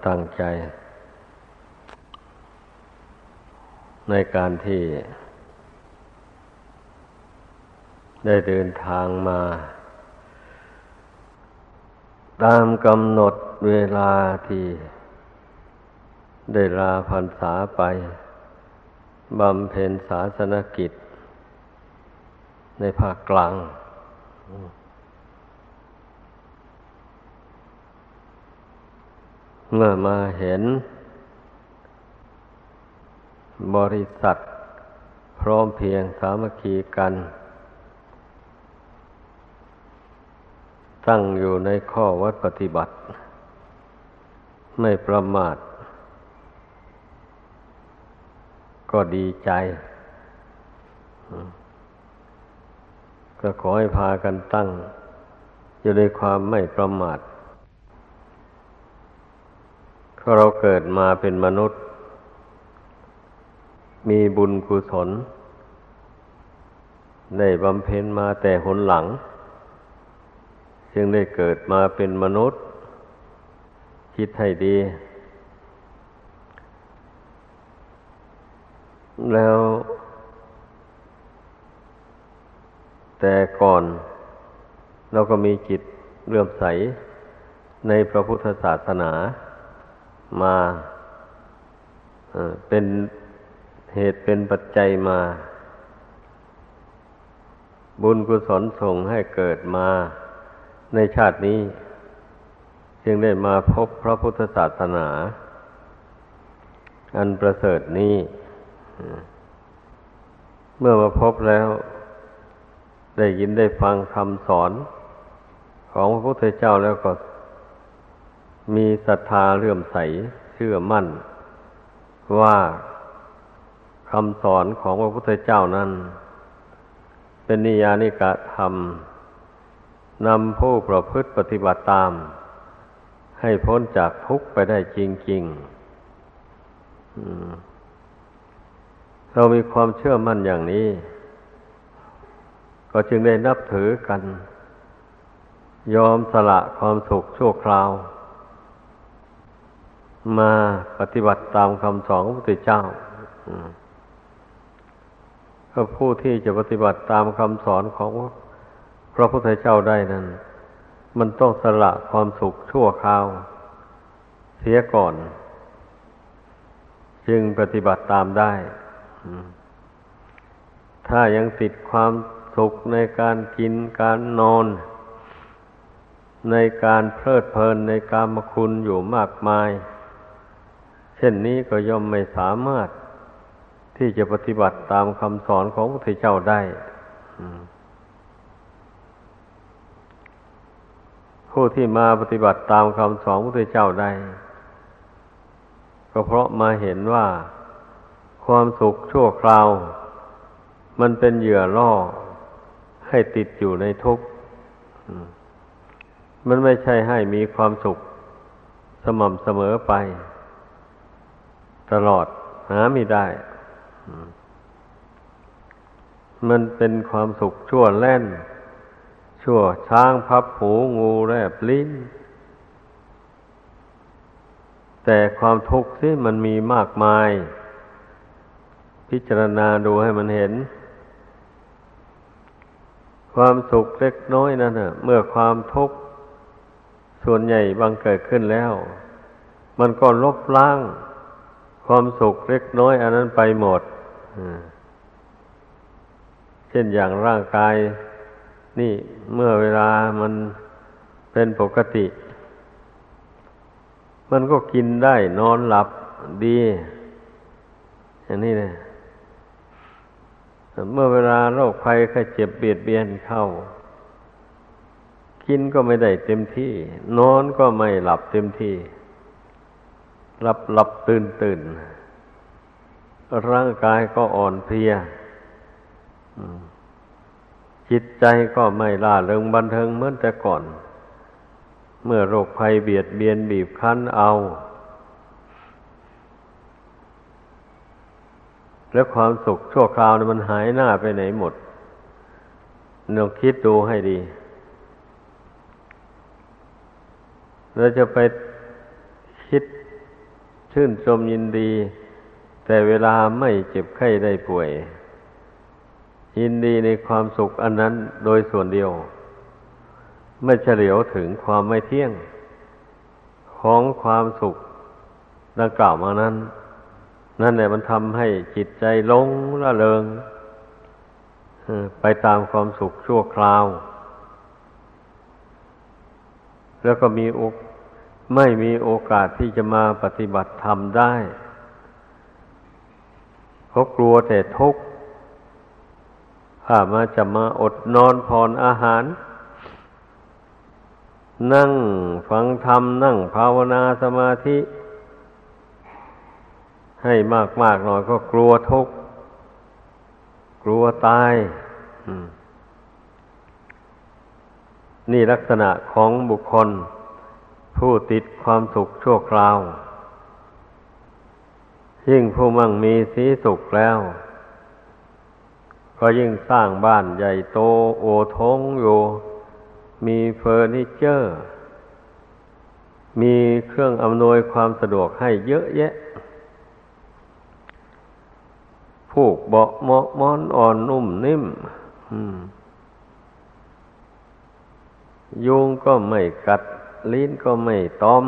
ตั้งใจในการที่ได้เดินทางมาตามกำหนดเวลาที่ได้ลาพรรษาไปบำเพ็ญศาสนกิจในภาคกลางเมื่อมาเห็นบริษัทพร้อมเพรียงสามัคคีกันตั้งอยู่ในข้อวัดปฏิบัติไม่ประมาทก็ดีใจก็ขอให้พากันตั้งอยู่ในความไม่ประมาทเพราะเราเกิดมาเป็นมนุษย์มีบุญกุศลได้บำเพ็ญมาแต่หนหลังจึงได้เกิดมาเป็นมนุษย์คิดให้ดีแล้วแต่ก่อนเราก็มีจิตเลื่อมใสในพระพุทธศาสนามาเป็นเหตุเป็นปัจจัยมาบุญกุศลส่งให้เกิดมาในชาตินี้จึงได้มาพบพระพุทธศาสนาอันประเสริฐนี้เมื่อมาพบแล้วได้ยินได้ฟังคำสอนของพระพุทธเจ้าแล้วก็มีศรัทธาเลื่อมใสเชื่อมั่นว่าคำสอนของพระพุทธเจ้านั้นเป็นนิยานิกธรรมนำผู้ประพฤติปฏิบัติตามให้พ้นจากทุกข์ไปได้จริงๆเรามีความเชื่อมั่นอย่างนี้ก็จึงได้นับถือกันยอมสละความสุขชั่วคราวมาปฏิบัติตามคำสอนของพระพุทธเจ้าก็ผู้ที่จะปฏิบัติตามคำสอนของพระพุทธเจ้าได้นั้นมันต้องสละความสุขชั่วคราวเสียก่อนจึงปฏิบัติตามได้ถ้ายังติดความสุขในการกินการนอนในการเพลิดเพลินในกามคุณอยู่มากมายเช่นนี้ก็ย่อมไม่สามารถที่จะปฏิบัติตามคำสอนของพระพุทธเจ้าได้ผู้ที่มาปฏิบัติตามคำสอนของพระพุทธเจ้าได้ก็เพราะมาเห็นว่าความสุขชั่วคราวมันเป็นเหยื่อล่อให้ติดอยู่ในทุกข์มันไม่ใช่ให้มีความสุขสม่ำเสมอไปตลอดหาไม่ได้มันเป็นความสุขชั่วแล่นชั่วช้างพับหูงูแลบลิ้นแต่ความทุกข์ที่มันมีมากมายพิจารณาดูให้มันเห็นความสุขเล็กน้อยนั่นน่ะเมื่อความทุกข์ส่วนใหญ่บังเกิดขึ้นแล้วมันก็ลบล้างความสุขเล็กน้อยอันนั้นไปหมดเช่นอย่างร่างกายนี่เมื่อเวลามันเป็นปกติมันก็กินได้นอนหลับดีอย่างนี้นะเมื่อเวลาโรคภัยไข้เจ็บเบียดเบียนเข้ากินก็ไม่ได้เต็มที่นอนก็ไม่หลับเต็มที่หลับตื่นร่างกายก็อ่อนเพลียจิตใจก็ไม่ร่าเริงบันเทิงเหมือนแต่ก่อนเมื่อโรคภัยเบียดเบียนบีบคั้นเอาแล้วความสุขชั่วคราวมันหายหน้าไปไหนหมดลองคิดดูให้ดีเราจะไปคิดชื่นชมยินดีแต่เวลาไม่เจ็บไข้ได้ป่วยยินดีในความสุขอันนั้นโดยส่วนเดียวไม่เฉลียวถึงความไม่เที่ยงของความสุขดังกล่าวมานั้นนั่นแหละมันทำให้จิตใจหลงระเริงไปตามความสุขชั่วคราวแล้วก็ไม่มีโอกาสที่จะมาปฏิบัติธรรมได้เพราะกลัวแต่ทุกข์ถ้าจะมาอดนอนผ่อนอาหารนั่งฟังธรรมนั่งภาวนาสมาธิให้มากๆหน่อยก็กลัวทุกข์กลัวตายนี่ลักษณะของบุคคลผู้ติดความสุขชั่วคราวยิ่งผู้มั่งมีสีสุขแล้วก็ยิ่งสร้างบ้านใหญ่โตโอทงอยู่มีเฟอร์นิเจอร์มีเครื่องอำนวยความสะดวกให้เยอะแยะผูกเบาะเหมาะม้อนอ่อนนุ่มนิ่มยุงก็ไม่กัดลิ้นก็ไม่ตอม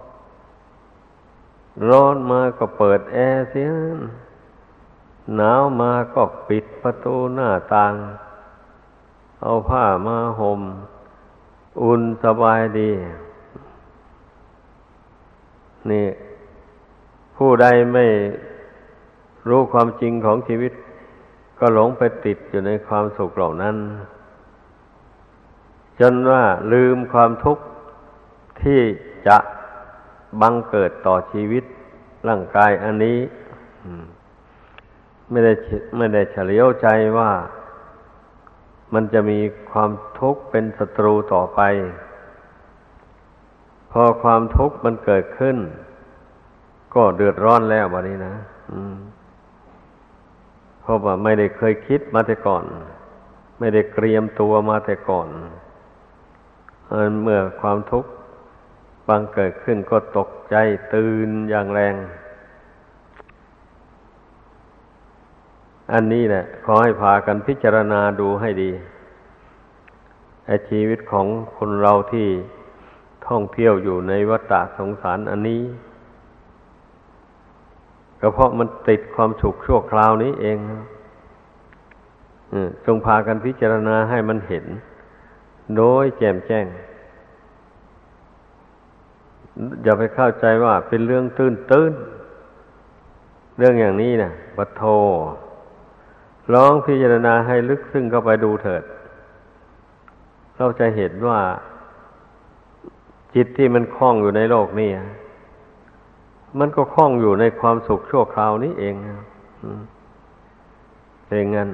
ร้อนมาก็เปิดแอร์เสียหนาวมาก็ปิดประตูหน้าต่างเอาผ้ามาห่มอุ่นสบายดีนี่ผู้ใดไม่รู้ความจริงของชีวิตก็หลงไปติดอยู่ในความสุขเหล่านั้นจนว่าลืมความทุกข์ที่จะบังเกิดต่อชีวิตร่างกายอันนี้ไม่ได้เฉลียวใจว่ามันจะมีความทุกข์เป็นศัตรูต่อไปพอความทุกข์มันเกิดขึ้นก็เดือดร้อนแล้วบัดนี้นะเพราะว่าไม่ได้เคยคิดมาแต่ก่อนไม่ได้เตรียมตัวมาแต่ก่อนเมื่อความทุกข์บังเกิดขึ้นก็ตกใจตื่นอย่างแรงอันนี้แหละขอให้พากันพิจารณาดูให้ดีไอ้ชีวิตของคนเราที่ท่องเที่ยวอยู่ในวัฏสงสารอันนี้ก็เพราะมันติดความสุขชั่วคราวนี้เองจงพากันพิจารณาให้มันเห็นโดยแจ่มแจ้งอย่าไปเข้าใจว่าเป็นเรื่องตื้นเรื่องอย่างนี้นะปะโทลองพิจารณาให้ลึกซึ้งเข้าไปดูเถิดเราจะเห็นว่าจิตที่มันคล้องอยู่ในโลกนี้มันก็คล้องอยู่ในความสุขชั่วคราวนี้เองเป็นงั้น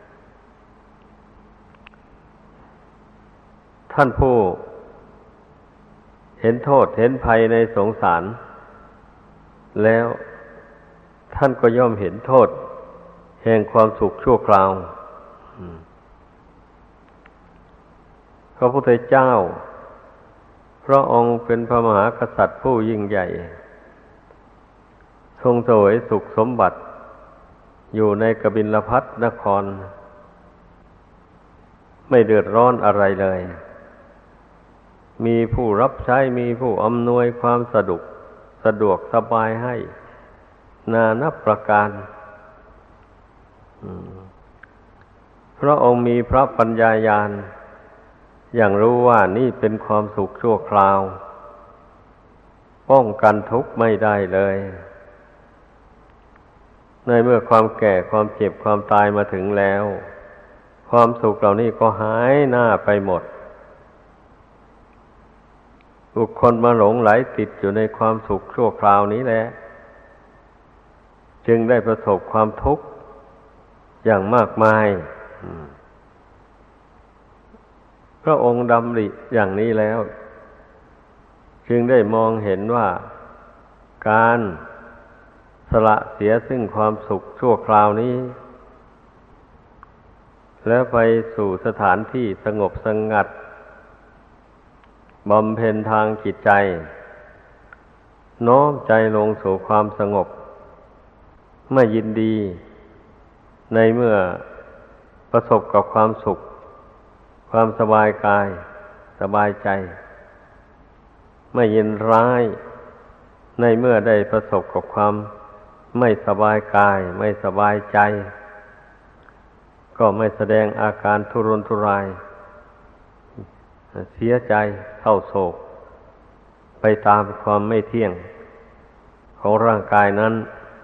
ท่านผู้เห็นโทษเห็นภัยในสงสารแล้วท่านก็ย่อมเห็นโทษแห่งความสุขชั่วคราวพระพุทธเจ้าพระองค์เป็นพระมหากษัตริย์ผู้ยิ่งใหญ่ทรงเสวยสุขสมบัติอยู่ในกบิลพัสนครไม่เดือดร้อนอะไรเลยมีผู้รับใช้มีผู้อำนวยความสะดวกสบายให้นานับประการพระองค์มีพระปัญญาญาณอย่างรู้ว่านี่เป็นความสุขชั่วคราวป้องกันทุกข์ไม่ได้เลยในเมื่อความแก่ความเจ็บความตายมาถึงแล้วความสุขเหล่านี้ก็หายหน้าไปหมดบุคคลมาหลงไหลติดอยู่ในความสุขชั่วคราวนี้แหละจึงได้ประสบความทุกข์อย่างมากมายพระองค์ดำริอย่างนี้แล้วจึงได้มองเห็นว่าการสละเสียซึ่งความสุขชั่วคราวนี้แล้วไปสู่สถานที่สงบสงัดบำเพ็ญทางจิตใจน้อมใจลงสู่ความสงบไม่ยินดีในเมื่อประสบกับความสุขความสบายกายสบายใจไม่ยินร้ายในเมื่อได้ประสบกับความไม่สบายกายไม่สบายใจก็ไม่แสดงอาการทุรนทุรายเสียใจเศร้าโศกไปตามความไม่เที่ยงของร่างกายนั้น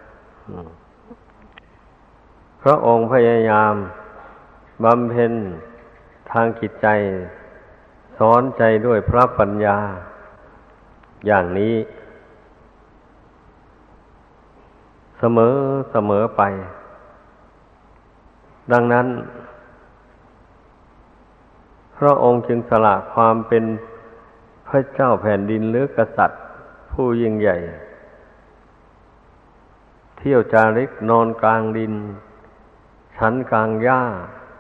พระองค์พยายามบำเพ็ญทางจิตใจสอนใจด้วยพระปัญญาอย่างนี้เสมอไปดังนั้นพระองค์จึงสละความเป็นพระเจ้าแผ่นดินหรือกษัตริย์ผู้ยิ่งใหญ่เที่ยวจาริกนอนกลางดินฉันกลางหญ้า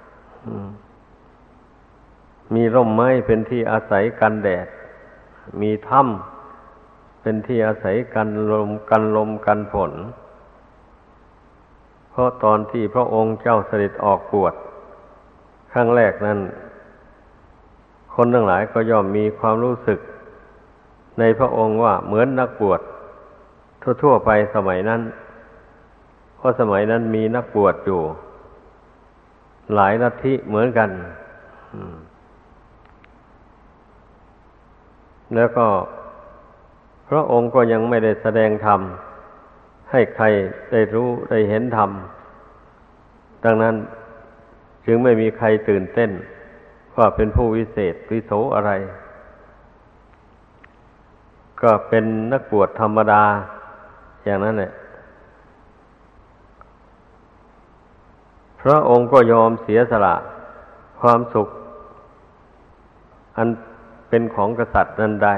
มีร่มไม้เป็นที่อาศัยกันแดดมีถ้ำเป็นที่อาศัยกันลมกันฝนเพราะตอนที่พระองค์เจ้าเสด็จออกบวชครั้งแรกนั้นคนทั้งหลายก็ย่อมมีความรู้สึกในพระองค์ว่าเหมือนนักบวชทั่วๆไปสมัยนั้นเพราะสมัยนั้นมีนักบวชอยู่หลายลัทธิเหมือนกันแล้วก็พระองค์ก็ยังไม่ได้แสดงธรรมให้ใครได้รู้ได้เห็นธรรมดังนั้นจึงไม่มีใครตื่นเต้นว่าเป็นผู้วิเศษวิโสอะไรก็เป็นนักบวชธรรมดาอย่างนั้นแหละพระองค์ก็ยอมเสียสละความสุขอันเป็นของกษัตริย์นั้นได้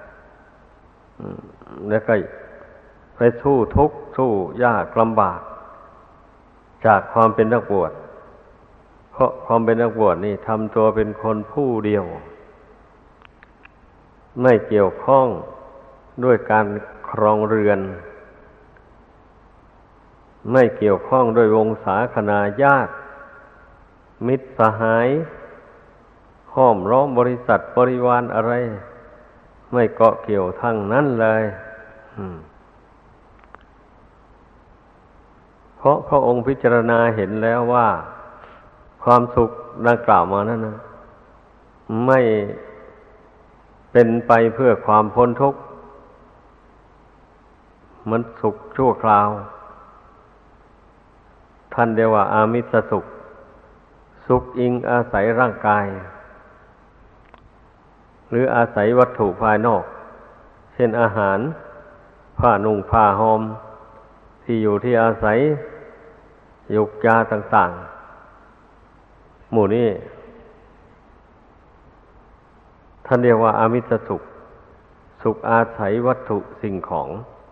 แล้วก็ไปสู้ทุกข์สู้ยากลำบากจากความเป็นนักบวชเพราะความเป็นนักบวชนี่ทำตัวเป็นคนผู้เดียวไม่เกี่ยวข้องด้วยการครองเรือนไม่เกี่ยวข้องด้วยวงศาคณาญาติมิตรสหายห้อมล้อมบริษัทบริวารอะไรไม่เกาะเกี่ยวทั้งนั้นเลยเพราะพระองค์พิจารณาเห็นแล้วว่าความสุขดังกล่าวมานั้นนะไม่เป็นไปเพื่อความพ้นทุกข์มันสุขชั่วคราวท่านเรียกว่าอามิสสุขสุขอิงอาศัยร่างกายหรืออาศัยวัตถุภายนอกเช่นอาหารผ้านุ่งผ้าห่มที่อยู่ที่อาศัยยุกยาต่างๆหมู่นี้ท่านเรียกว่าอามิสสุขสุขอาศัยวัตถุสิ่งของ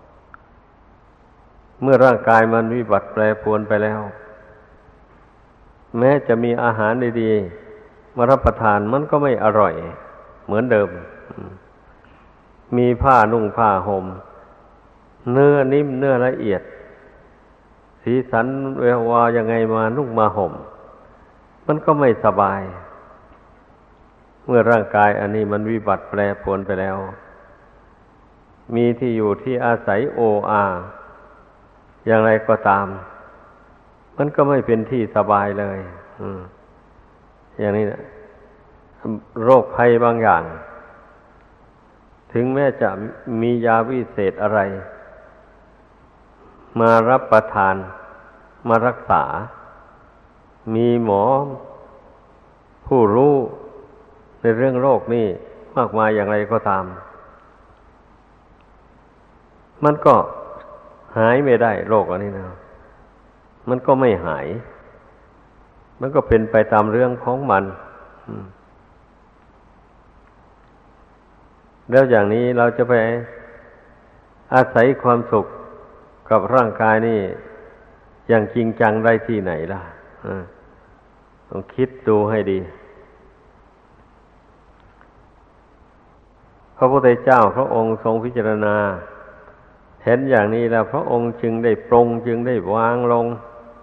เมื่อร่างกายมันวิบัติแปรปรวนไปแล้วแม้จะมีอาหารดีๆมารับประทานมันก็ไม่อร่อยเหมือนเดิมมีผ้านุ่งผ้าห่มเนื้อนิ่มเนื้อละเอียดสีสันแวววาวยังไงมานุ่งมาห่มมันก็ไม่สบายเมื่อร่างกายอันนี้มันวิบัติแปรปรวนไปแล้วมีที่อยู่ที่อาศัยโออาอย่างไรก็ตามมันก็ไม่เป็นที่สบายเลยอย่างนี้นะโรคภัยบางอย่างถึงแม้จะมียาวิเศษอะไรมารับประทานมารักษามีหมอผู้รู้ในเรื่องโรคนี้มากมายอย่างไรก็ตามมันก็หายไม่ได้โรคอันนี้นะมันก็ไม่หายมันก็เป็นไปตามเรื่องของมันแล้วอย่างนี้เราจะไปอาศัยความสุขกับร่างกายนี่อย่างจริงจังได้ที่ไหนล่ะต้องคิดดูให้ดีพระพุทธเจ้าพระองค์ทรงพิจารณาเห็นอย่างนี้แล้วพระองค์จึงได้ปรงจึงได้วางลง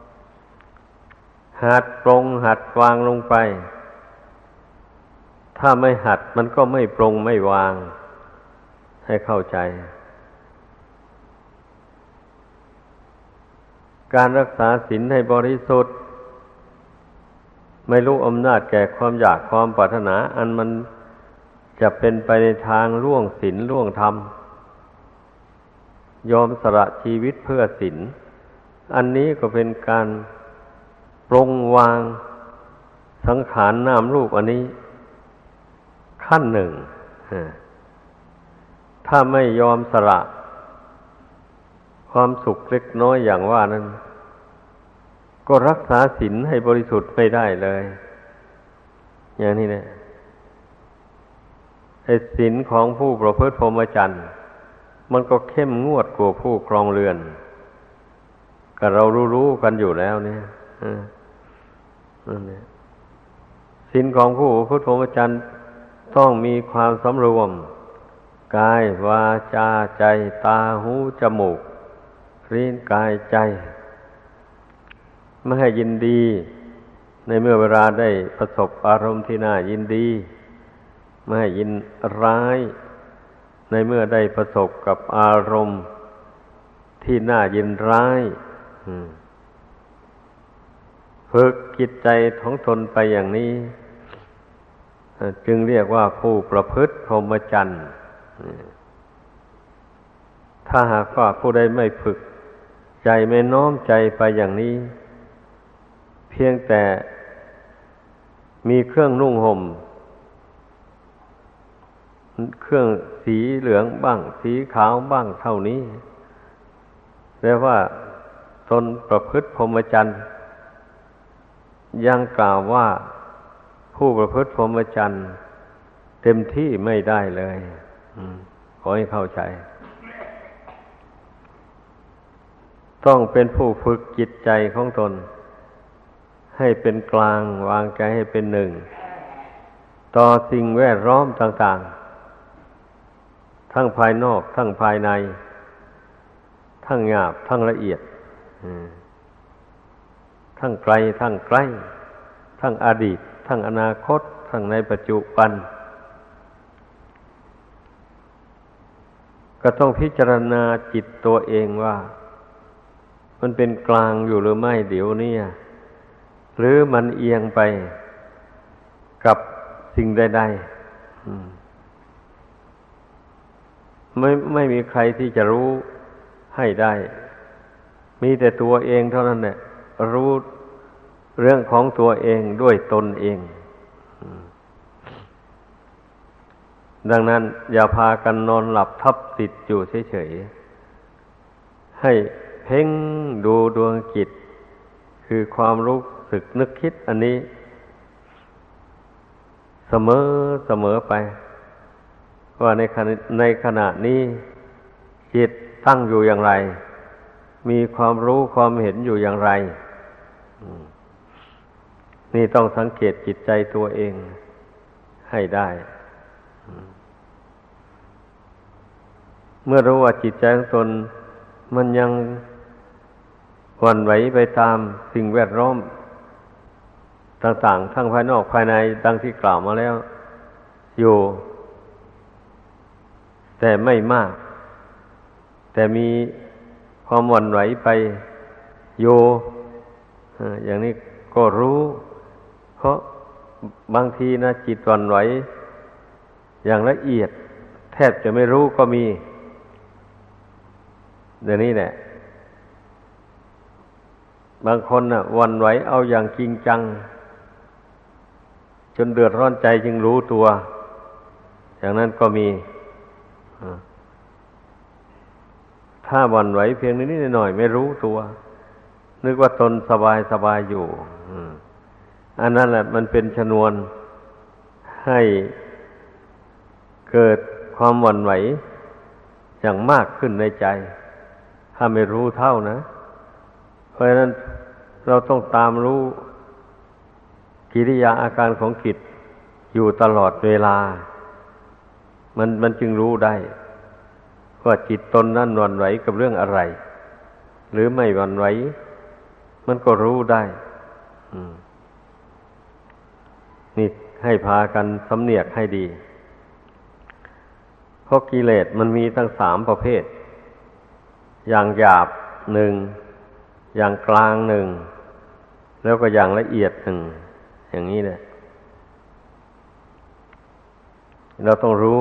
หัดปรงหัดวางลงไปถ้าไม่หัดมันก็ไม่ปรงไม่วางให้เข้าใจการรักษาศีลให้บริสุทธิ์ไม่รู้อำนาจแก่ความอยากความปรารถนาอันมันจะเป็นไปในทางล่วงศีลล่วงธรรมยอมสละชีวิตเพื่อศีลอันนี้ก็เป็นการปรงวางสังขารนามรูปอันนี้ขั้นหนึ่งถ้าไม่ยอมสละความสุขเล็กน้อยอย่างว่านั้นก็รักษาศีลให้บริสุทธิ์ไม่ได้เลยอย่างนี้เนี่ยไอ้ศีลของผู้ประพฤติพรหมจรรย์มันก็เข้มงวดกว่าผู้ครองเรือนก็เรารู้ๆกันอยู่แล้วเนี่ยนั่นแหละศีลของผู้ประพฤติพรหมจรรย์ต้องมีความสำรวมกายวาจาใจตาหูจมูกลิ้นกายใจไม่ให้ยินดีในเมื่อเวลาได้ประสบอารมณ์ที่น่ายินดีไม่ให้ยินร้ายในเมื่อได้ประสบกับอารมณ์ที่น่ายินร้ายฝึกจิตใจของตนไปอย่างนี้จึงเรียกว่าผู้ประพฤติพรหมจรรย์ถ้าหากว่าผู้ใดไม่ฝึกใจไม่น้อมใจไปอย่างนี้เพียงแต่มีเครื่องนุ่งห่มเครื่องสีเหลืองบ้างสีขาวบ้างเท่านี้เรียกว่าตนประพฤติพรหมจรรย์ยังกล่าวว่าผู้ประพฤติพรหมจรรย์เต็มที่ไม่ได้เลยขอให้เข้าใจต้องเป็นผู้ฝึกจิตใจของตนให้เป็นกลางวางใจให้เป็นหนึ่งต่อสิ่งแวดล้อมต่างๆทั้งภายนอกทั้งภายในทั้งหยาบทั้งละเอียดทั้งไกลทั้งใกล้ทั้งอดีตทั้งอนาคตทั้งในปัจจุบันก็ต้องพิจารณาจิตตัวเองว่ามันเป็นกลางอยู่หรือไม่เดี๋ยวนี้หรือมันเอียงไปกับสิ่งใดๆไม่มีใครที่จะรู้ให้ได้มีแต่ตัวเองเท่านั้นแหละรู้เรื่องของตัวเองด้วยตนเองดังนั้นอย่าพากันนอนหลับทับติดอยู่เฉยๆให้เพ่งดูดวงจิตคือความรู้สึกนึกคิดอันนี้เสมอไปว่าในขณะนี้จิตตั้งอยู่อย่างไรมีความรู้ความเห็นอยู่อย่างไรนี่ต้องสังเกตจิตใจตัวเองให้ได้เมื่อรู้ว่าจิตใจของตนมันยังหวั่นไหวไปตามสิ่งแวดล้อมต่างๆทั้งภายนอกภายในดังที่กล่าวมาแล้วอยู่แต่ไม่มากแต่มีความหวั่นไหวไปอยู่อย่างนี้ก็รู้เพราะบางทีนะจิตหวั่นไหวอย่างละเอียดแทบจะไม่รู้ก็มีเดี๋ยวนี้แหละบางคนน่ะหวั่นไหวเอาอย่างจริงจังจนเดือดร้อนใจจึงรู้ตัวอย่างนั้นก็มีถ้าหวั่นไหวเพียงนิดๆหน่อยๆไม่รู้ตัวนึกว่าตนสบายอยู่อันนั้นแหละมันเป็นชนวนให้เกิดความหวั่นไหวอย่างมากขึ้นในใจถ้าไม่รู้เท่านะเพราะฉะนั้นเราต้องตามรู้กิริยาอาการของจิตอยู่ตลอดเวลามันจึงรู้ได้เพราะว่าจิตตนนั้นหวั่นไหวกับเรื่องอะไรหรือไม่หวั่นไหวมันก็รู้ได้นี่ให้พากันสำเนียกให้ดีเพราะกิเลสมันมีทั้งสามประเภทอย่างหยาบหนึ่งอย่างกลางหนึ่งแล้วก็อย่างละเอียดหนึ่งอย่างนี้แหละเราต้องรู้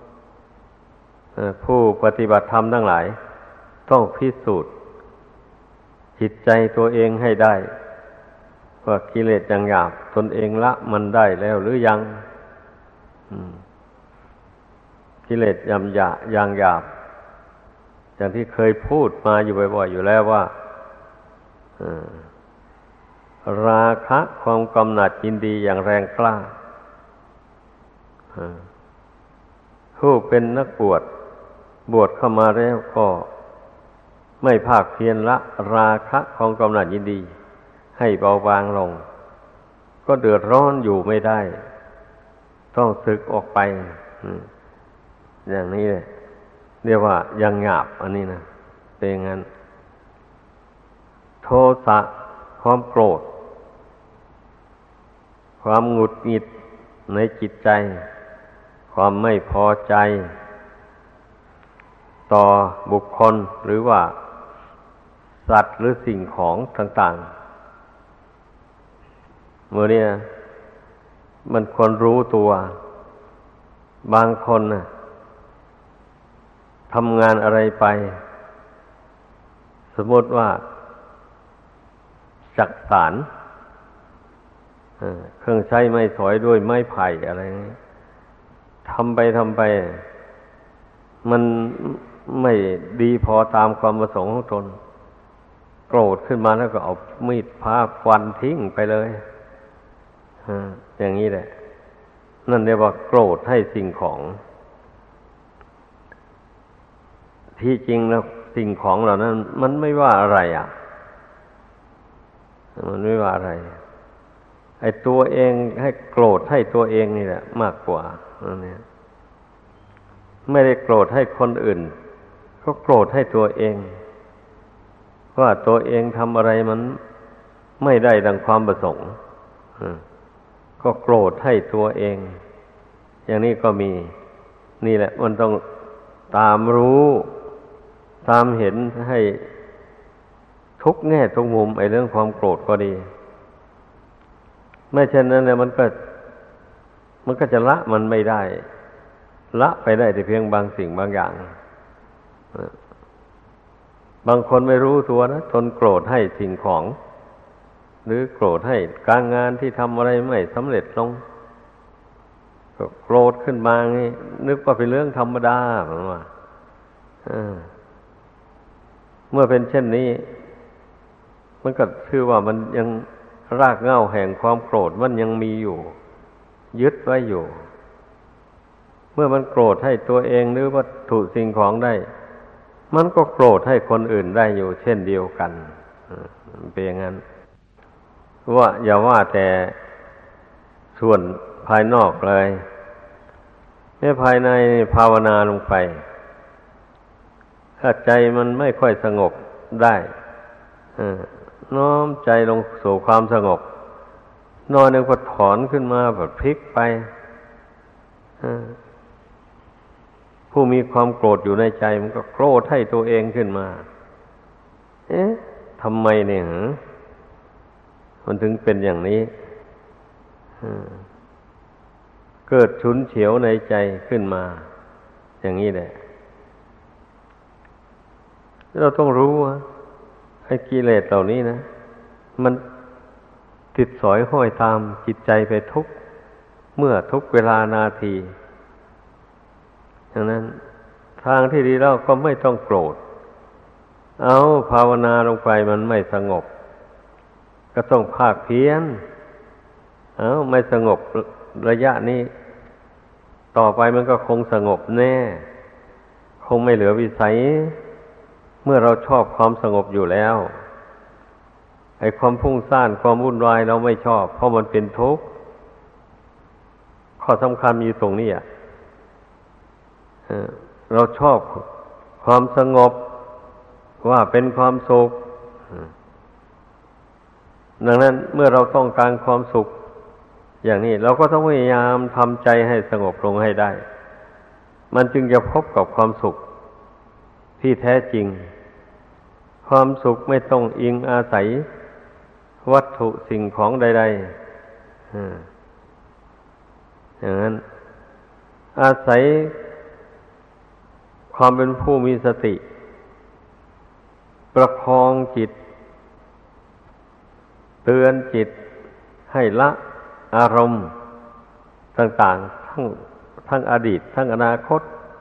ผู้ปฏิบัติธรรมทั้งหลายต้องพิสูจน์จิตใจตัวเองให้ได้ว่ากิเลสอย่างหยาบตนเองละมันได้แล้วหรือยังกิเลสอย่างหยาบอย่างที่เคยพูดมาอยู่บ่อยๆอยู่แล้วว่าราคะความกำหนัดยินดีอย่างแรงกล้าผู้เป็นนักบวชเข้ามาแล้วก็ไม่ภาคเพียรละราคะความกำหนัดยินดีให้เบาบางลงก็เดือดร้อนอยู่ไม่ได้ต้องสึกออกไปอย่างนี้เลยเรียกว่ายังหยาบอันนี้นะเป็นอย่างนั้นโทสะความโกรธความหงุดหงิดในจิตใจความไม่พอใจต่อบุคคลหรือว่าสัตว์หรือสิ่งของต่างๆเมื่อนี้มันควรรู้ตัวบางคนน่ะทำงานอะไรไปสมมติว่าจักสานเครื่องใช้ไม้สอยด้วยไม้ไผ่อะไรนี้ทำไปมันไม่ดีพอตามความประสงค์ของตนโกรธขึ้นมาแล้วก็เอามีดพาฟันทิ้งไปเลยอย่างนี้แหละนั่นเรียกว่าโกรธให้สิ่งของที่จริงแล้วสิ่งของเหล่านั้นมันไม่ว่าอะไรมันไม่ว่าอะไรไอ้ตัวเองให้โกรธให้ตัวเองนี่แหละมากกว่าเนี่ยไม่ได้โกรธให้คนอื่นก็โกรธให้ตัวเองว่าตัวเองทำอะไรมันไม่ได้ดังความประสงค์ก็โกรธให้ตัวเองอย่างนี้ก็มีนี่แหละมันต้องตามรู้ตามเห็นให้ทุกแง่ทุกมุมไอ้เรื่องความโกรธก็ดีไม่เช่นนั้นเนี่ยมันก็จะละมันไม่ได้ละไปได้แต่เพียงบางสิ่งบางอย่างบางคนไม่รู้ตัวนะทนโกรธให้สิ่งของหรือโกรธให้การงานที่ทำอะไรไม่สำเร็จลงก็โกรธขึ้นมางี้นึกว่าเป็นเรื่องธรรมดาเหมือนว่าเมื่อเป็นเช่นนี้มันก็คือว่ามันยังรากเหง้าแห่งความโกรธมันยังมีอยู่ยึดไว้อยู่เมื่อมันโกรธให้ตัวเองหรือวัตถุสิ่งของได้มันก็โกรธให้คนอื่นได้อยู่เช่นเดียวกันเป็นอย่างนั้นว่าอย่าว่าแต่ส่วนภายนอกเลยแม้ภายในภาวนาลงไปถ้าใจมันไม่ค่อยสงบได้น้อมใจลงสู่ความสงบนอนหนึ่งก็ถอนขึ้นมาแบบพลิกไปผู้มีความโกรธอยู่ในใจมันก็โกรธให้ตัวเองขึ้นมาทำไมเนี่ยมันถึงเป็นอย่างนี้เกิดฉุนเฉียวในใจขึ้นมาอย่างนี้แหละเราต้องรู้ว่าไอ้กิเลสเหล่านี้นะมันติดสอยห้อยตามจิตใจไปทุกเมื่อทุกเวลานาทีดังนั้นทางที่ดีแล้วก็ไม่ต้องโกรธเอาภาวนาลงไปมันไม่สงบก็ต้องภาคเพียรไม่สงบระยะนี้ต่อไปมันก็คงสงบแน่คงไม่เหลือวิสัยเมื่อเราชอบความสงบอยู่แล้วไอ้ความพุ่งซ่านความวุ่นวายเราไม่ชอบเพราะมันเป็นทุกข์ข้อสำคัญมีตรงนี้เราชอบความสงบว่าเป็นความสุขดังนั้นเมื่อเราต้องการความสุขอย่างนี้เราก็ต้องพยายามทำใจให้สงบลงให้ได้มันจึงจะพบกับความสุขที่แท้จริงความสุขไม่ต้องอิงอาศัยวัตถุสิ่งของใดๆอย่างนั้นอาศัยความเป็นผู้มีสติประคองจิตเตือนจิตให้ละอารมณ์ต่างๆทั้งอดีตทั้งอนาคต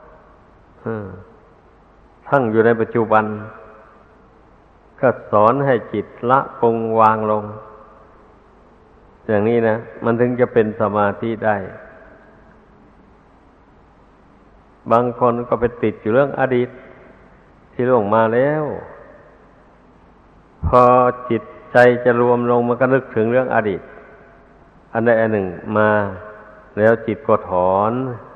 ทั้งอยู่ในปัจจุบันก็สอนให้จิตละปรงวางลงอย่างนี้นะมันถึงจะเป็นสมาธิได้บางคนก็ไปติดอยู่เรื่องอดีตที่ล่วงมาแล้วพอจิตใจจะรวมลงมันก็นึกถึงเรื่องอดีตอันใดอันหนึ่งมาแล้วจิตก็ถอน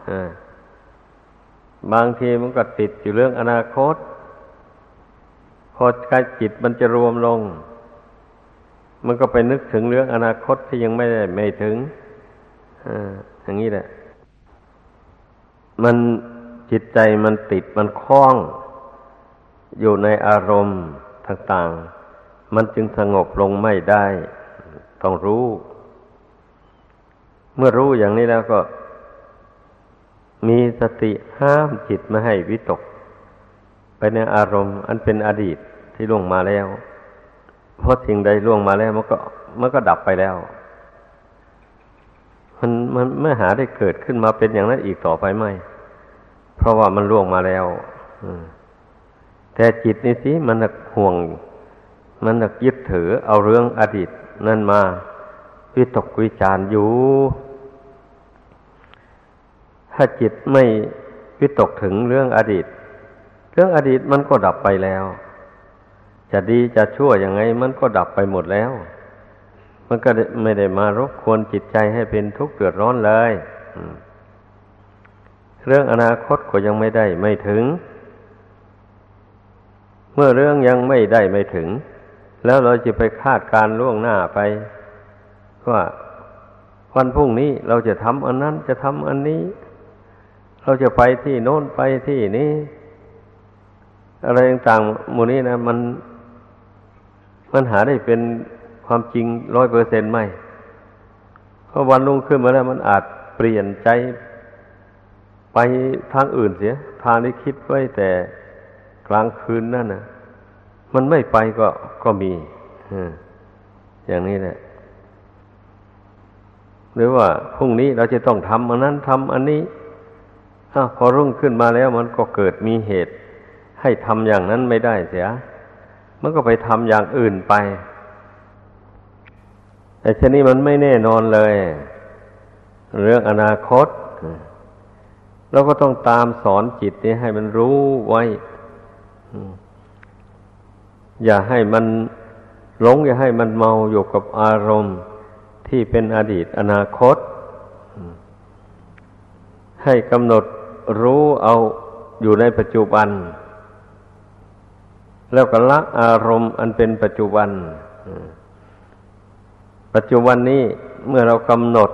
บางทีมันก็ติดอยู่เรื่องอนาคตพอจิตมันจะรวมลงมันก็ไปนึกถึงเรื่องอนาคตที่ยังไม่ถึงอย่างนี้แหละมันจิตใจมันติดมันคล้องอยู่ในอารมณ์ต่างๆมันจึงสงบลงไม่ได้ต้องรู้เมื่อรู้อย่างนี้แล้วก็มีสติห้ามจิตไม่ให้วิตกไปในอารมณ์อันเป็นอดีตที่ล่วงมาแล้วเพราะสิ่งใดล่วงมาแล้วมันก็ดับไปแล้วมันไม่หาได้เกิดขึ้นมาเป็นอย่างนั้นอีกต่อไปไม่เพราะว่ามันล่วงมาแล้วแต่จิตนี่สิมันหนักห่วงมันหนักยึดถือเอาเรื่องอดีตนั่นมาวิตกวิจารอยู่ถ้าจิตไม่วิตกถึงเรื่องอดีตมันก็ดับไปแล้วจะดีจะชั่วยังไงมันก็ดับไปหมดแล้วมันก็ไม่ได้มารบกวนจิตใจให้เป็นทุกข์เดือดร้อนเลยเรื่องอนาคตก็ยังไม่ถึงเมื่อเรื่องยังไม่ถึงแล้วเราจะไปคาดการล่วงหน้าไปว่าวันพรุ่งนี้เราจะทำอันนั้นจะทำอันนี้เราจะไปที่โน้นไปที่นี้อะไรต่างๆหมู่นี้นะมันหาได้เป็นความจริง 100% ไม่เพราะวันรุ่งขึ้นมาแล้วมันอาจเปลี่ยนใจไปทางอื่นเสียทางที่คิดไว้แต่กลางคืนนั่นนะมันไม่ไปก็มีอย่างนี้แหละหรือว่าพรุ่งนี้เราจะต้องทำอันนั้นทำอันนี้พอรุ่งขึ้นมาแล้วมันก็เกิดมีเหตุให้ทำอย่างนั้นไม่ได้เสียมันก็ไปทำอย่างอื่นไปแต่ชนี้มันไม่แน่นอนเลยเรื่องอนาคตเราก็ต้องตามสอนจิตนี้ให้มันรู้ไว้อย่าให้มันหลงอย่าให้มันเมาอยู่กับอารมณ์ที่เป็นอดีตอนาคตให้กำหนดรู้เอาอยู่ในปัจจุบันแล้วก็ละอารมณ์อันเป็นปัจจุบันปัจจุบันนี้เมื่อเรากำหนด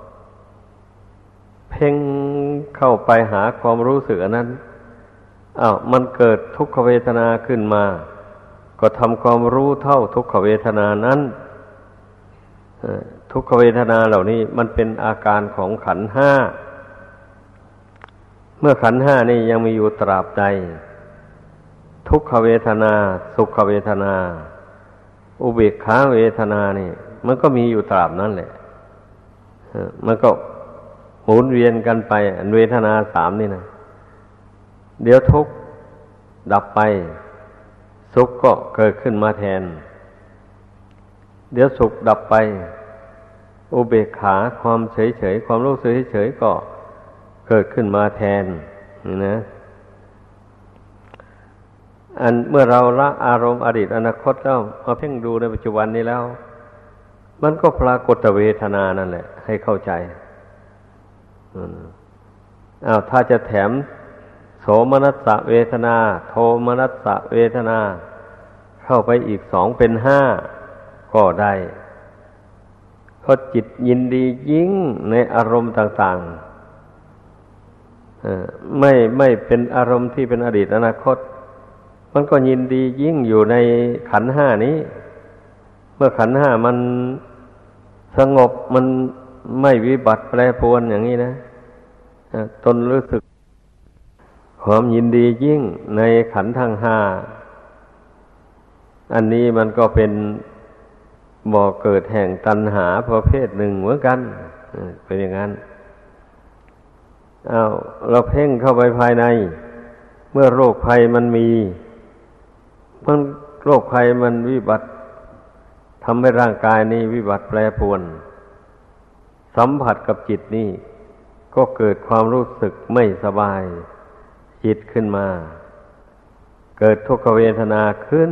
เพ่งเข้าไปหาความรู้สึกอันนั้นมันเกิดทุกขเวทนาขึ้นมาก็ทำความรู้เท่าทุกขเวทนานั้นทุกขเวทนาเหล่านี้มันเป็นอาการของขันธ์ห้าเมื่อขันธ์ห้านี่ยังมีอยู่ตราบใดทุกขเวทนาสุขเวทนาอุเบกขาเวทนานี่มันก็มีอยู่ตราบนั้นแหละมันก็หมุนเวียนกันไปเวทนาสามนี่นะเดี๋ยวทุกข์ดับไปสุขก็เกิดขึ้นมาแทนเดี๋ยวสุขดับไปอุเบกขาความเฉยๆความรู้สึกเฉยๆก็เกิดขึ้นมาแทนนี่นะเมื่อเราละอารมณ์อดีตอนาคตแล้วมาเพ่งดูในปัจจุบันนี้แล้วมันก็ปรากฏเวทนานั่นแหละให้เข้าใจถ้าจะแถมโสมนัสสะเวทนาโทมนัสสะเวทนาเข้าไปอีกสองเป็นห้าก็ได้เพราะจิตยินดียิ่งในอารมณ์ต่างๆไม่เป็นอารมณ์ที่เป็นอดีตอนาคตมันก็ยินดียิ่งอยู่ในขันธ์ห้านี้เมื่อขันธ์ห้ามันสงบมันไม่วิบัติแปรปรวนอย่างนี้นะตนรู้สึกความยินดียิ่งในขันธ์ทั้งห้าอันนี้มันก็เป็นบ่อเกิดแห่งตัณหาประเภทหนึ่งเหมือนกันเป็นอย่างนั้นเราเพ่งเข้าไปภายในเมื่อโรคภัยมันมีโรคภัยมันวิบัติทำให้ร่างกายนี้วิบัติแปรปรวนสัมผัสกับจิตนี่ก็เกิดความรู้สึกไม่สบายจิตขึ้นมาเกิดทุกขเวทนาขึ้น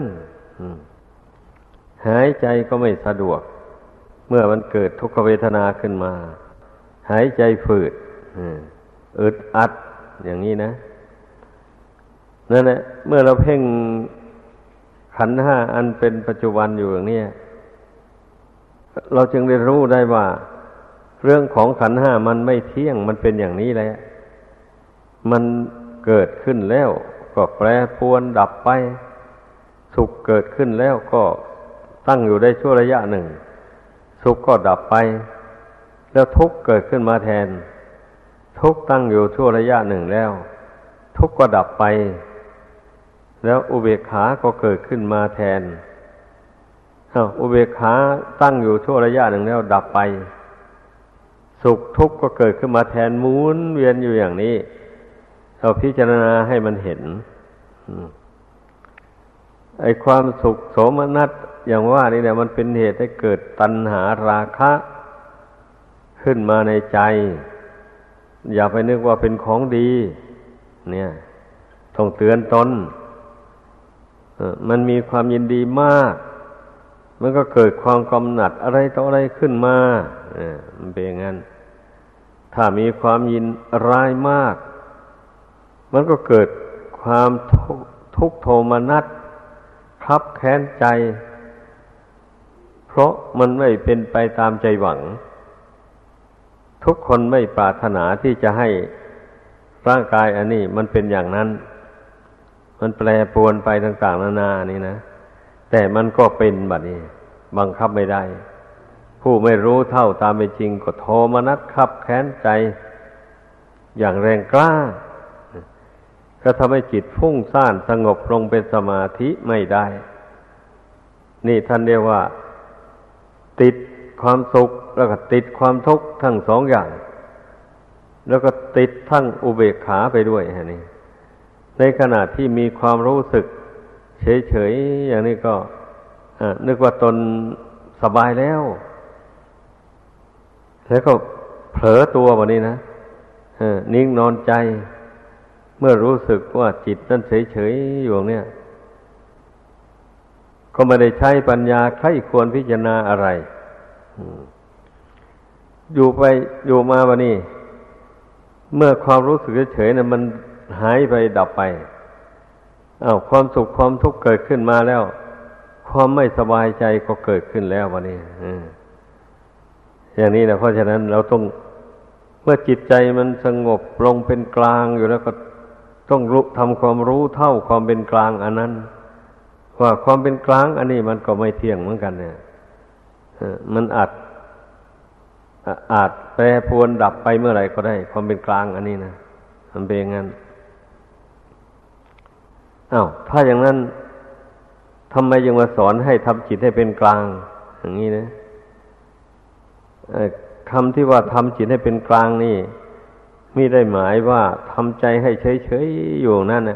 หายใจก็ไม่สะดวกเมื่อมันเกิดทุกขเวทนาขึ้นมาหายใจฝืดอึดอัดอย่างนี้นะนั่นแหละเมื่อเราเพ่งขันธ์ห้าอันเป็นปัจจุบันอยู่อย่างนี้เราจึงได้รู้ได้ว่าเรื่องของขันธ์ห้ามันไม่เที่ยงมันเป็นอย่างนี้แหละมันเกิดขึ้นแล้วก็แปรปรวนดับไปสุขเกิดขึ้นแล้วก็ตั้งอยู่ได้ชั่วระยะหนึ่งสุขก็ดับไปแล้วทุกข์เกิดขึ้นมาแทนทุกข์ตั้งอยู่ชั่วระยะหนึ่งแล้วทุกข์ก็ดับไปแล้วอุเบกขาก็เกิดขึ้นมาแทนอุเบกขาตั้งอยู่ชั่วระยะหนึ่งแล้วดับไปสุขทุกข์ก็เกิดขึ้นมาแทนหมุนเวียนอยู่อย่างนี้เราพิจารณาให้มันเห็นไอ้ความสุขโสมนัสอย่างว่านี่เนี่ยมันเป็นเหตุให้เกิดตัณหาราคะขึ้นมาในใจอย่าไปนึกว่าเป็นของดีเนี่ยต้องเตือนตนมันมีความยินดีมากมันก็เกิดความกำหนัดอะไรต่ออะไรขึ้นมามันเป็นอย่างนั้นถ้ามีความยินร้ายมากมันก็เกิดความทุกข์โทมนัสคับแค้นใจเพราะมันไม่เป็นไปตามใจหวังทุกคนไม่ปรารถนาที่จะให้ร่างกายอันนี้มันเป็นอย่างนั้นมันแปรปรวนไปต่างๆนานานี่นะแต่มันก็เป็นบัดนี้บังคับไม่ได้ผู้ไม่รู้เท่าตามเป็นจริงก็โทมนัสคับแค้นใจอย่างแรงกล้าก็ทำให้จิตฟุ้งซ่านสงบลงเป็นสมาธิไม่ได้นี่ท่านเรียกว่าติดความสุขแล้วก็ติดความทุกข์ทั้งสองอย่างแล้วก็ติดทั้งอุเบกขาไปด้วยนี่ในขณะที่มีความรู้สึกเฉยๆอย่างนี้ก็นึกว่าตนสบายแล้วแล้วก็เผลอตัวแบบนี้นะนิ่งนอนใจเมื่อรู้สึกว่าจิตนั้นเฉยๆอยู่เนี่ยก็ไม่ได้ใช้ปัญญาใคร่ควรพิจารณาอะไรอยู่ไปอยู่มาวันนี้เมื่อความรู้สึกเฉยๆเนี่ยมันหายไปดับไปความสุขความทุกข์เกิดขึ้นมาแล้วความไม่สบายใจก็เกิดขึ้นแล้ววันนี้อย่างนี้นะเพราะฉะนั้นเราต้องเมื่อจิตใจมันสงบลงเป็นกลางอยู่แล้วก็ต้องทำความรู้เท่าความเป็นกลางอันนั้นว่าความเป็นกลางอันนี้มันก็ไม่เที่ยงเหมือนกันเนี่ยมันอาจแปรปรวนดับไปเมื่อไหร่ก็ได้ความเป็นกลางอันนี้นะมันเป็นอย่างนั้นถ้าอย่างนั้นทำไมยังมาสอนให้ทำจิตให้เป็นกลางอย่างนี้นะคำที่ว่าทำจิตให้เป็นกลางนี่ไม่ได้หมายว่าทำใจให้เฉยๆอยู่นั่นนะ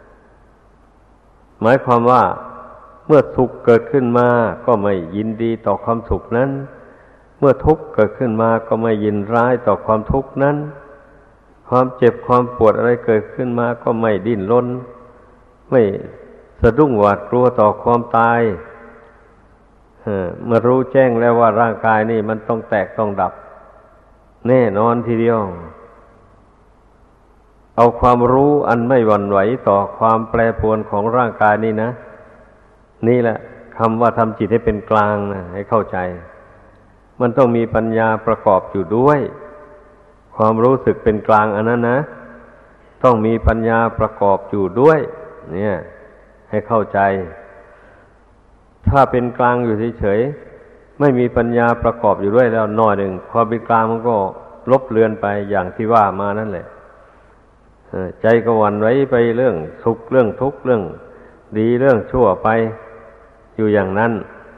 หมายความว่าเมื่อสุขเกิดขึ้นมาก็ไม่ยินดีต่อความสุขนั้นเมื่อทุกข์เกิดขึ้นมาก็ไม่ยินร้ายต่อความทุกข์นั้นความเจ็บความปวดอะไรเกิดขึ้นมาก็ไม่ดิ้นรนไม่สะดุ้งหวาดกลัวต่อความตายเมื่อรู้แจ้งแล้วว่าร่างกายนี่มันต้องแตกต้องดับแน่นอนทีเดียวเอาความรู้อันไม่หวั่นไหวต่อความแปรปรวนของร่างกายนี่นะนี่แหละคำว่าทำจิตให้เป็นกลางนะให้เข้าใจมันต้องมีปัญญาประกอบอยู่ด้วยความรู้สึกเป็นกลางอันนั้นนะต้องมีปัญญาประกอบอยู่ด้วยเนี่ยให้เข้าใจถ้าเป็นกลางอยู่เฉยๆไม่มีปัญญาประกอบอยู่ด้วยแล้วหน่อยหนึ่งพอเป็นกลางมันก็ลบเลือนไปอย่างที่ว่ามานั่นแหละใจก็หวั่นไหวไปเรื่องสุขเรื่องทุกข์เรื่องดีเรื่องชั่วไปอยู่อย่างนั้น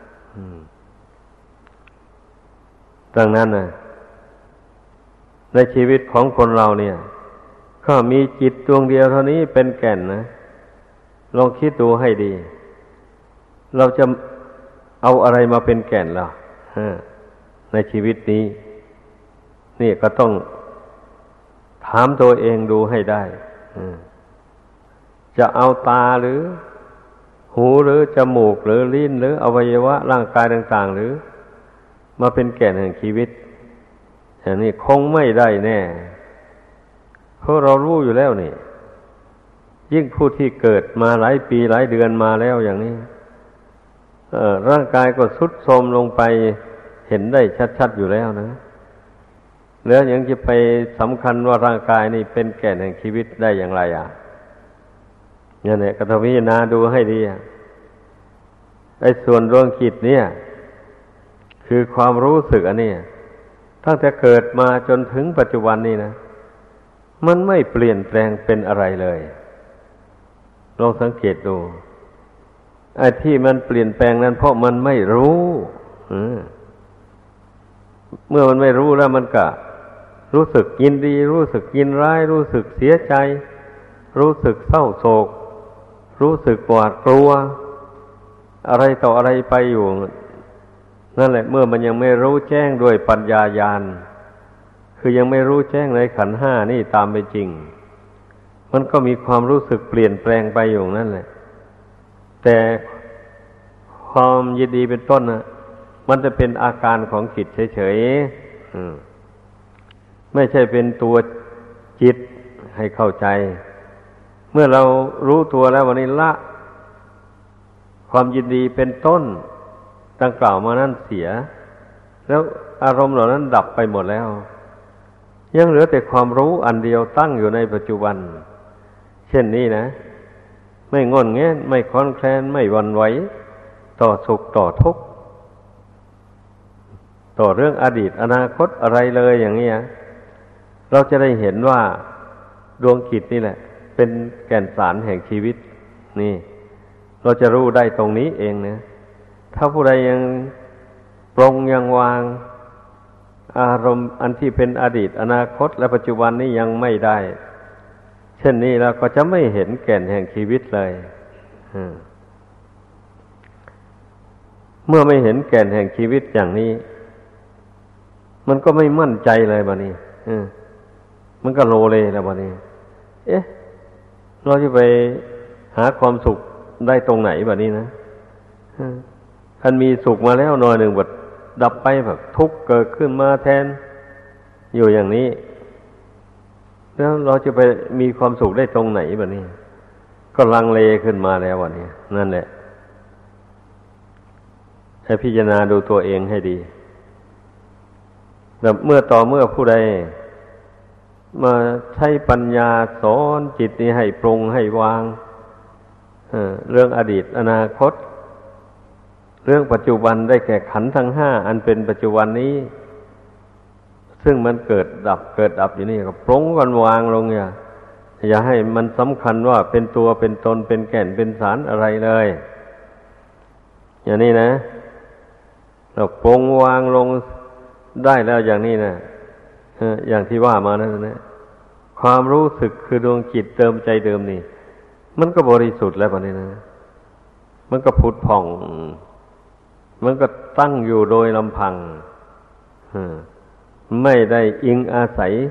ดังนั้นนะในชีวิตของคนเราเนี่ยก็มีจิตดวงเดียวเท่านี้เป็นแก่นนะลองคิดดูให้ดีเราจะเอาอะไรมาเป็นแก่นล่ะในชีวิตนี้นี่ก็ต้องถามตัวเองดูให้ได้จะเอาตาหรือหูหรือจมูกหรือลิ้นหรืออวัยวะร่างกายต่างๆหรือมาเป็นแก่นแห่งชีวิตอย่างนี้คงไม่ได้แน่เพราะเรารู้อยู่แล้วนี่ยิ่งผู้ที่เกิดมาหลายปีหลายเดือนมาแล้วอย่างนี้ร่างกายก็ทรุดโทรมลงไปเห็นได้ชัดๆอยู่แล้วนะแล้วยังจะไปสำคัญว่าร่างกายนี่เป็นแก่นแห่งชีวิตได้อย่างไรอย่างนี้ก็ต้องพิจารณาดูให้ดีไอ้ส่วนดวงจิตเนี่ยคือความรู้สึกอันนี้ตั้งแต่เกิดมาจนถึงปัจจุบันนี้นะมันไม่เปลี่ยนแปลงเป็นอะไรเลยลองสังเกตดูไอ้ที่มันเปลี่ยนแปลงนั้นเพราะมันไม่รู้เมื่อมันไม่รู้แล้วมันก็รู้สึกยินดีรู้สึกยินร้ายรู้สึกเสียใจรู้สึกเศร้าโศกรู้สึกหวาดกลัวอะไรต่ออะไรไปอยู่นั่นแหละเมื่อมันยังไม่รู้แจ้งด้วยปัญญาญาณคือยังไม่รู้แจ้งในขันธ์ห้านี่ตามเป็นจริงมันก็มีความรู้สึกเปลี่ยนแปลงไปอยู่นั่นแหละแต่ความยินดีเป็นต้นนะมันจะเป็นอาการของจิตเฉยๆไม่ใช่เป็นตัวจิตให้เข้าใจเมื่อเรารู้ตัวแล้ววันนี้ละความยินดีเป็นต้นดังกล่าวมานั่นเสียแล้วอารมณ์เหล่านั้นดับไปหมดแล้วยังเหลือแต่ความรู้อันเดียวตั้งอยู่ในปัจจุบันเช่นนี้นะไม่งอนแงนไม่คลอนแคลนไม่หวั่นไหวต่อสุขต่อทุกข์ต่อเรื่องอดีตอนาคตอะไรเลยอย่างนี้เราจะได้เห็นว่าดวงจิตนี่แหละเป็นแก่นสารแห่งชีวิตนี่เราจะรู้ได้ตรงนี้เองนะถ้าผู้ใดยังปรงยังวางอารมณ์อันที่เป็นอดีตอนาคตและปัจจุบันนี้ยังไม่ได้เช่นนี้เราก็จะไม่เห็นแก่นแห่งชีวิตเลยเมื่อไม่เห็นแก่นแห่งชีวิตอย่างนี้มันก็ไม่มั่นใจเลยบัดนี้มันก็โลเลแล้วบัดนี้เราจะไปหาความสุขได้ตรงไหนบัดนี้นะท่านมีสุขมาแล้วหน่อยหนึ่งบัดดับไปแบบทุกข์เกิดขึ้นมาแทนอยู่อย่างนี้แล้วเราจะไปมีความสุขได้ตรงไหนบัดนี้ก็ลังเลขึ้นมาแล้ววันนี้นั่นแหละให้พิจารณาดูตัวเองให้ดีแต่เมื่อผู้ใดมาใช้ปัญญาสอนจิตนี้ให้ปรงให้วางเรื่องอดีตอนาคตเรื่องปัจจุบันได้แก่ขันธ์ทั้งห้าอันเป็นปัจจุบันนี้ซึ่งมันเกิดดับอยู่นี่ก็ปรงกันวางลงอย่าให้มันสำคัญว่าเป็นตัวเป็นตนเป็นแก่นเป็นสารอะไรเลยอย่างนี้นะเราปรงวางลงได้แล้วอย่างนี้นะอย่างที่ว่ามานั่นนะความรู้สึกคือดวงจิตเติมใจเดิมนี่มันก็บริสุทธิ์แล้วปะนี้นะมันก็ผุดผ่องมันก็ตั้งอยู่โดยลำพังไม่ได้อิงอาศัย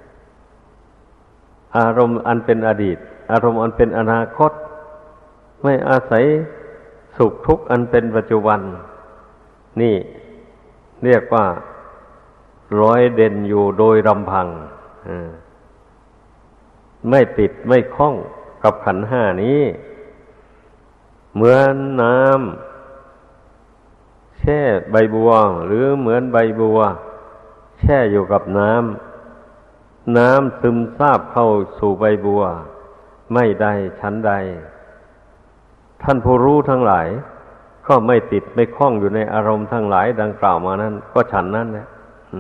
อารมณ์อันเป็นอดีตอารมณ์อันเป็นอนาคตไม่อาศัยสุขทุกข์อันเป็นปัจจุบันนี่เรียกว่าร้อยเด่นอยู่โดยลำพังไม่ติดไม่คล้องกับขันธ์ห้านี้เหมือนน้ำแช่ใบบัวหรือเหมือนใบบัวแช่อยู่กับน้ำน้ำซึมซาบเข้าสู่ใบบัวไม่ได้ชั้นใดท่านผู้รู้ทั้งหลายก็ไม่ติดไม่คล้องอยู่ในอารมณ์ทั้งหลายดังกล่าวมานั้นก็ฉันนั้นแหละ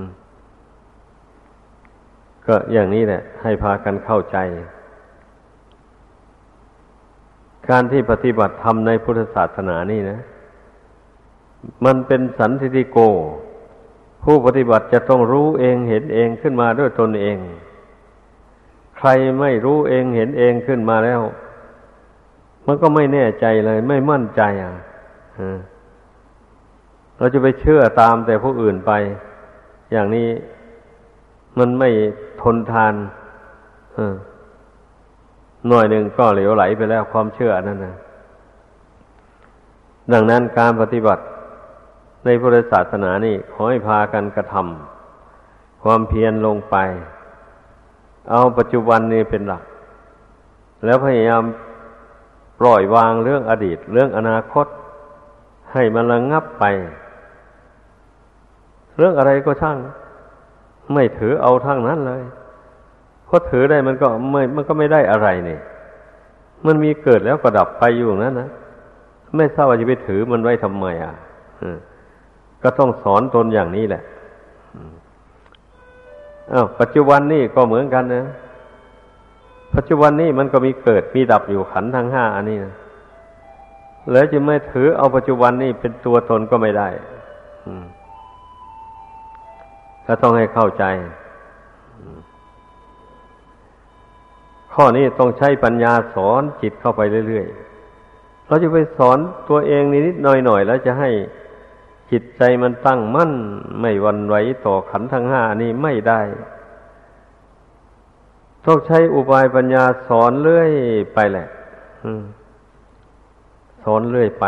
ก็อย่างนี้แหละให้พากันเข้าใจการที่ปฏิบัติธรรมในพุทธศาสนานี่นะมันเป็นสันทิฏฐิโกผู้ปฏิบัติจะต้องรู้เองเห็นเองขึ้นมาด้วยตนเองใครไม่รู้เองเห็นเองขึ้นมาแล้วมันก็ไม่แน่ใจเลยไม่มั่นใจเราจะไปเชื่อตามแต่ผู้อื่นไปอย่างนี้มันไม่ทนทานหน่อยหนึ่งก็เหลวไหลไปแล้วความเชื่อนั่นนะดังนั้นการปฏิบัติในพุทธศาสนานี่ขอให้พากันกระทำความเพียรลงไปเอาปัจจุบันนี้เป็นหลักแล้วพยายามปล่อยวางเรื่องอดีตเรื่องอนาคตให้มันระงับไปเรื่องอะไรก็ช่างไม่ถือเอาทั้งนั้นเลยเพราะถือได้มันก็ไม่ได้อะไรนี่มันมีเกิดแล้วก็ดับไปอยู่อย่างนั้นนะไม่ทราบว่าจะไปถือมันไว้ทำไมก็ต้องสอนตนอย่างนี้แหละปัจจุบันนี่ก็เหมือนกันนะปัจจุบันนี่มันก็มีเกิดมีดับอยู่ขันธ์ทั้งห้าอันนี้นะแล้วจะไม่ถือเอาปัจจุบันนี่เป็นตัวตนก็ไม่ได้ก็ต้องให้เข้าใจข้อนี้ต้องใช้ปัญญาสอนจิตเข้าไปเรื่อยๆเราจะไปสอนตัวเองนิดๆหน่อยๆแล้วจะให้จิตใจมันตั้งมั่นไม่หวั่นไหวต่อขันธ์ทั้งห้านี้ไม่ได้ต้องใช้อุบายปัญญาสอนเรื่อยไปแหละสอนเรื่อยไป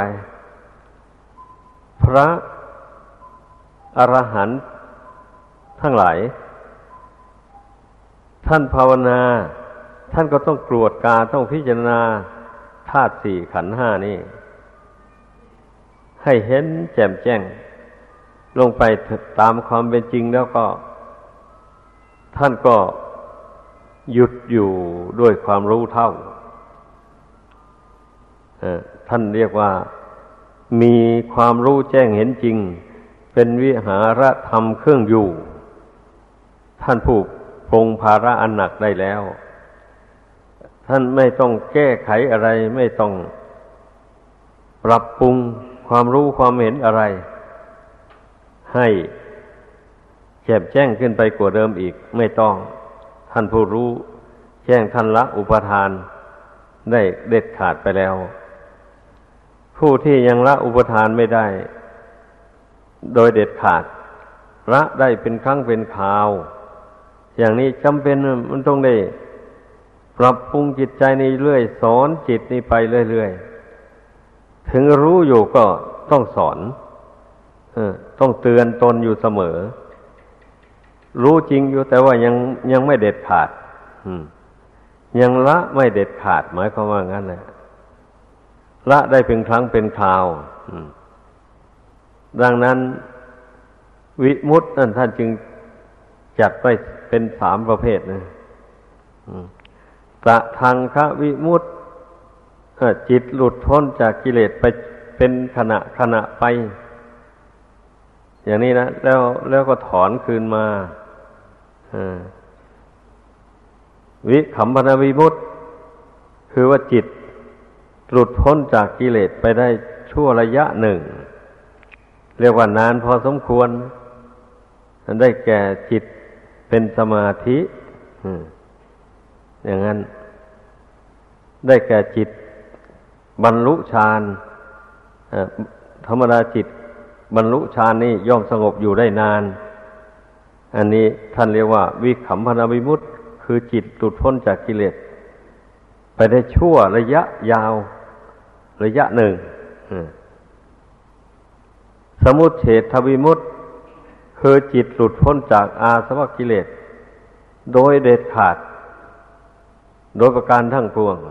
พระอรหันต์ทั้งหลายท่านภาวนาท่านก็ต้องกรวดกาต้องพิจารณาธาตุสี่ขันธ์ห้านี่ให้เห็นแจ่มแจ้งลงไปตามความเป็นจริงแล้วก็ท่านก็หยุดอยู่ด้วยความรู้เท่าท่านเรียกว่ามีความรู้แจ้งเห็นจริงเป็นวิหารธรรมเครื่องอยู่ท่านผู้ปรงภาระอันหนักได้แล้วท่านไม่ต้องแก้ไขอะไรไม่ต้องปรับปรุงความรู้ความเห็นอะไรให้แจ่มแจ้งขึ้นไปกว่าเดิมอีกไม่ต้องท่านผู้รู้แจ้งท่านละอุปทานได้เด็ดขาดไปแล้วผู้ที่ยังละอุปทานไม่ได้โดยเด็ดขาดละได้เป็นครั้งเป็นคราวอย่างนี้จำเป็นมันต้องได้ปรับปรุงจิตใจนี้เรื่อยสอนจิตนี้ไปเรื่อยๆถึงรู้อยู่ก็ต้องสอนต้องเตือนตนอยู่เสมอรู้จริงอยู่แต่ว่ายังไม่เด็ดขาดยังละไม่เด็ดขาดหมายความว่างั้นแหละละได้เป็นครั้งเป็นคราวดังนั้นวิมุตตินั่นท่านจึงจัดไว้เป็นสามประเภทนะตะทังคะวิมุตติจิตหลุดพ้นจากกิเลสไปเป็นขณะไปอย่างนี้นะแล้วก็ถอนคืนมาวิคัมภนวิมุตติคือว่าจิตหลุดพ้นจากกิเลสไปได้ชั่วระยะหนึ่งเรียกว่านานพอสมควรได้แก่จิตเป็นสมาธิอย่างนั้นได้แก่จิตบรรลุฌานธรรมดาจิตบรรลุฌานนี่ย่อมสงบอยู่ได้นานอันนี้ท่านเรียกว่าวิคัมภนวิมุตติคือจิตหลุดพ้นจากกิเลสไปได้ชั่วระยะยาวระยะหนึ่งสมุจเฉทวิมุตติคือจิตหลุดพ้นจากอาสวะกิเลสโดยเด็ดขาดโดยประการทั้งปวง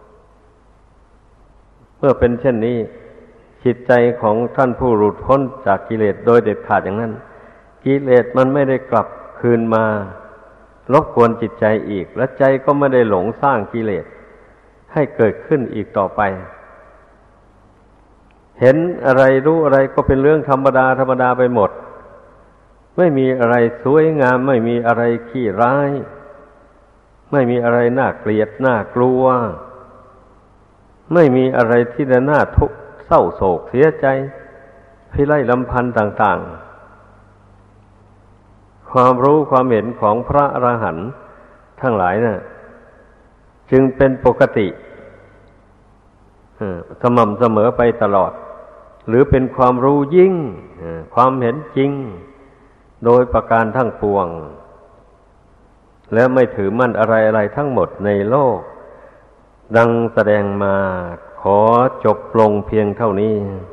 เมื่อเป็นเช่นนี้จิตใจของท่านผู้หลุดพ้นจากกิเลสโดยเด็ดขาดอย่างนั้นกิเลสมันไม่ได้กลับคืนมารบกวนจิตใจอีกและใจก็ไม่ได้หลงสร้างกิเลสให้เกิดขึ้นอีกต่อไปเห็นอะไรรู้อะไรก็เป็นเรื่องธรรมดาธรรมดาไปหมดไม่มีอะไรสวยงามไม่มีอะไรขี้ร้ายไม่มีอะไรน่าเกลียดน่ากลัวไม่มีอะไรที่จะน่าทุกข์เศร้าโศกเสียใจพิไรลำพันธ์ต่างๆความรู้ความเห็นของพระอรหันต์ทั้งหลายน่ะจึงเป็นปกติสม่ำเสมอไปตลอดหรือเป็นความรู้ยิ่งความเห็นจริงโดยประการทั้งปวงและไม่ถือมั่นอะไรๆทั้งหมดในโลกดังแสดงมาขอจบลงเพียงเท่านี้